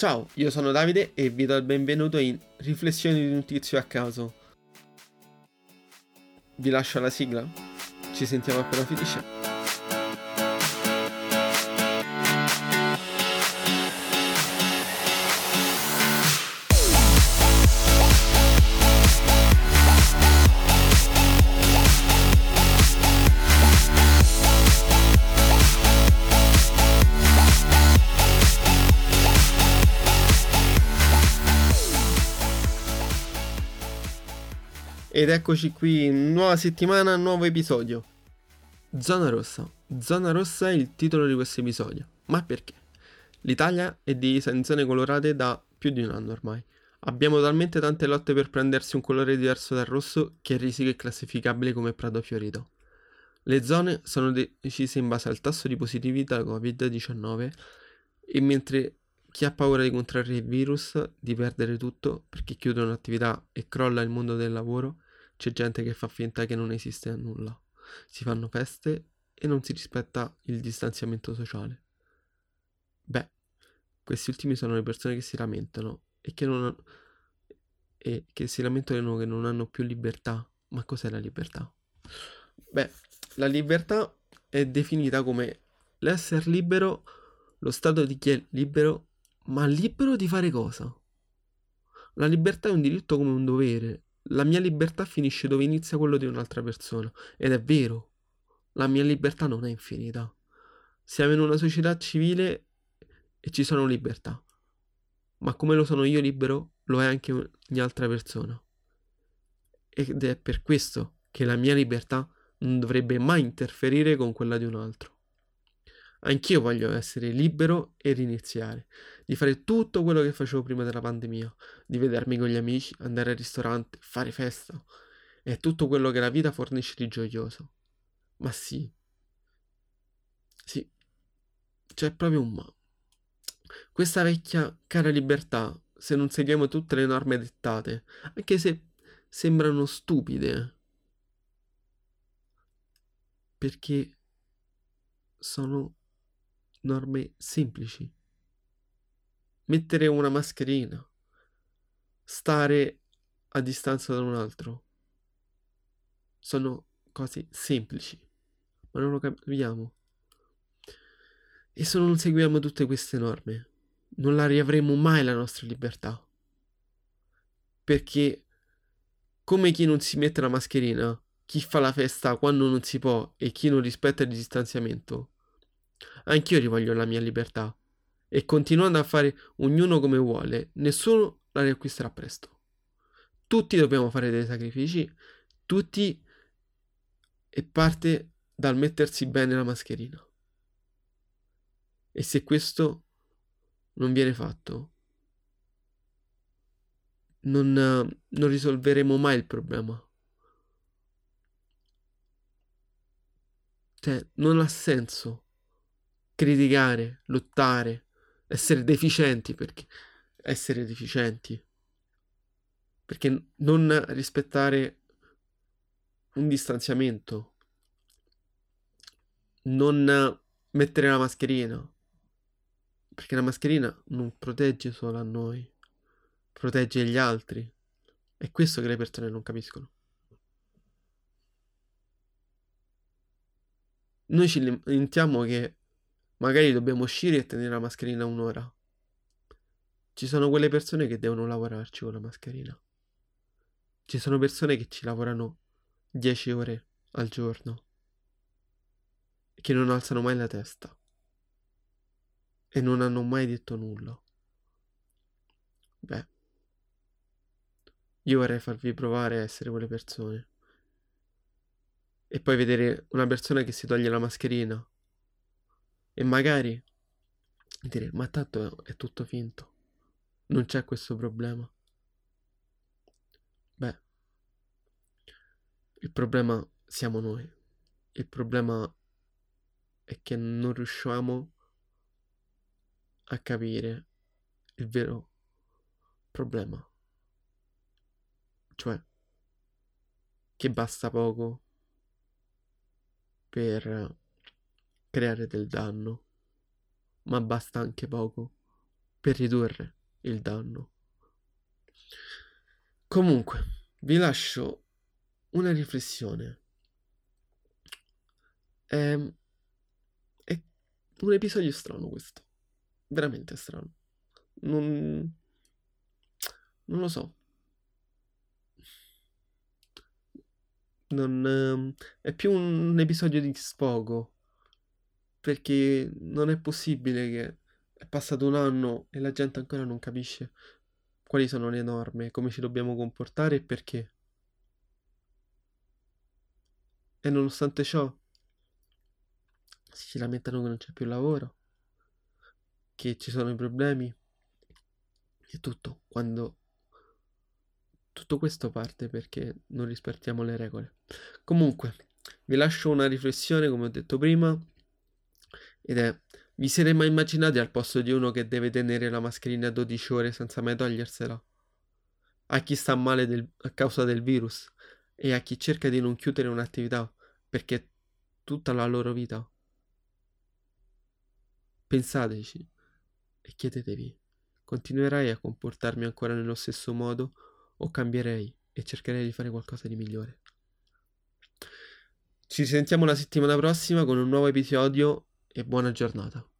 Ciao, io sono Davide e vi do il benvenuto in Riflessioni di un tizio a caso. Vi lascio la sigla? Ci sentiamo appena finisce. Ed eccoci qui, nuova settimana, nuovo episodio. Zona rossa. Zona rossa è il titolo di questo episodio. Ma perché? L'Italia è divisa in zone colorate da più di un anno ormai. Abbiamo talmente tante lotte per prendersi un colore diverso dal rosso che il risico è classificabile come prato fiorito. Le zone sono decise in base al tasso di positività Covid-19 e mentre chi ha paura di contrarre il virus, di perdere tutto perché chiude un'attività e crolla il mondo del lavoro, c'è gente che fa finta che non esiste nulla. Si fanno feste e non si rispetta il distanziamento sociale. Beh, questi ultimi sono le persone che si lamentano e che si lamentano che non hanno più libertà. Ma cos'è la libertà? Beh, la libertà è definita come l'essere libero, lo stato di chi è libero, ma libero di fare cosa? La libertà è un diritto come un dovere. La mia libertà finisce dove inizia quello di un'altra persona. Ed è vero, la mia libertà non è infinita. Siamo in una società civile e ci sono libertà. Ma come lo sono io libero, lo è anche ogni altra persona. Ed è per questo che la mia libertà non dovrebbe mai interferire con quella di un altro. Anch'io voglio essere libero e riniziare, di fare tutto quello che facevo prima della pandemia, di vedermi con gli amici, andare al ristorante, fare festa e tutto quello che la vita fornisce di gioioso. Ma sì, c'è proprio un ma. Questa vecchia cara libertà, se non seguiamo tutte le norme dettate, anche se sembrano stupide, perché sono norme semplici. Mettere una mascherina, stare a distanza da un altro, sono cose semplici, ma non lo capiamo. E se non seguiamo tutte queste norme, non la riavremo mai la nostra libertà. Perché come chi non si mette la mascherina, chi fa la festa quando non si può e chi non rispetta il distanziamento, anch'io rivoglio la mia libertà. E continuando a fare ognuno come vuole, nessuno la riacquisterà presto. Tutti dobbiamo fare dei sacrifici, tutti, e parte dal mettersi bene la mascherina. E se questo non viene fatto, non risolveremo mai il problema. Cioè, non ha senso criticare, lottare, essere deficienti, perché non rispettare un distanziamento, non mettere la mascherina, perché la mascherina non protegge solo a noi, protegge gli altri. È questo che le persone non capiscono. Noi ci lamentiamo che magari dobbiamo uscire e tenere la mascherina un'ora. Ci sono quelle persone che devono lavorarci con la mascherina. Ci sono persone che ci lavorano 10 ore al giorno e che non alzano mai la testa e non hanno mai detto nulla. Beh, io vorrei farvi provare a essere quelle persone e poi vedere una persona che si toglie la mascherina e magari dire, ma tanto è tutto finto, non c'è questo problema. Beh, il problema siamo noi. Il problema è che non riusciamo a capire il vero problema. Cioè, che basta poco per creare del danno, ma basta anche poco per ridurre il danno. Comunque, vi lascio una riflessione. È un episodio strano questo, veramente strano. Non, non lo so. È più un episodio di sfogo, perché non è possibile che è passato un anno e la gente ancora non capisce quali sono le norme, come ci dobbiamo comportare e perché. E nonostante ciò si lamentano che non c'è più lavoro, che ci sono i problemi e tutto, quando tutto questo parte perché non rispettiamo le regole. Comunque, vi lascio una riflessione, come ho detto prima, ed è: vi siete mai immaginati al posto di uno che deve tenere la mascherina 12 ore senza mai togliersela? A chi sta male a causa del virus e a chi cerca di non chiudere un'attività perché è tutta la loro vita? Pensateci e chiedetevi: continuerai a comportarmi ancora nello stesso modo o cambierei e cercherei di fare qualcosa di migliore? Ci sentiamo la settimana prossima con un nuovo episodio e buona giornata.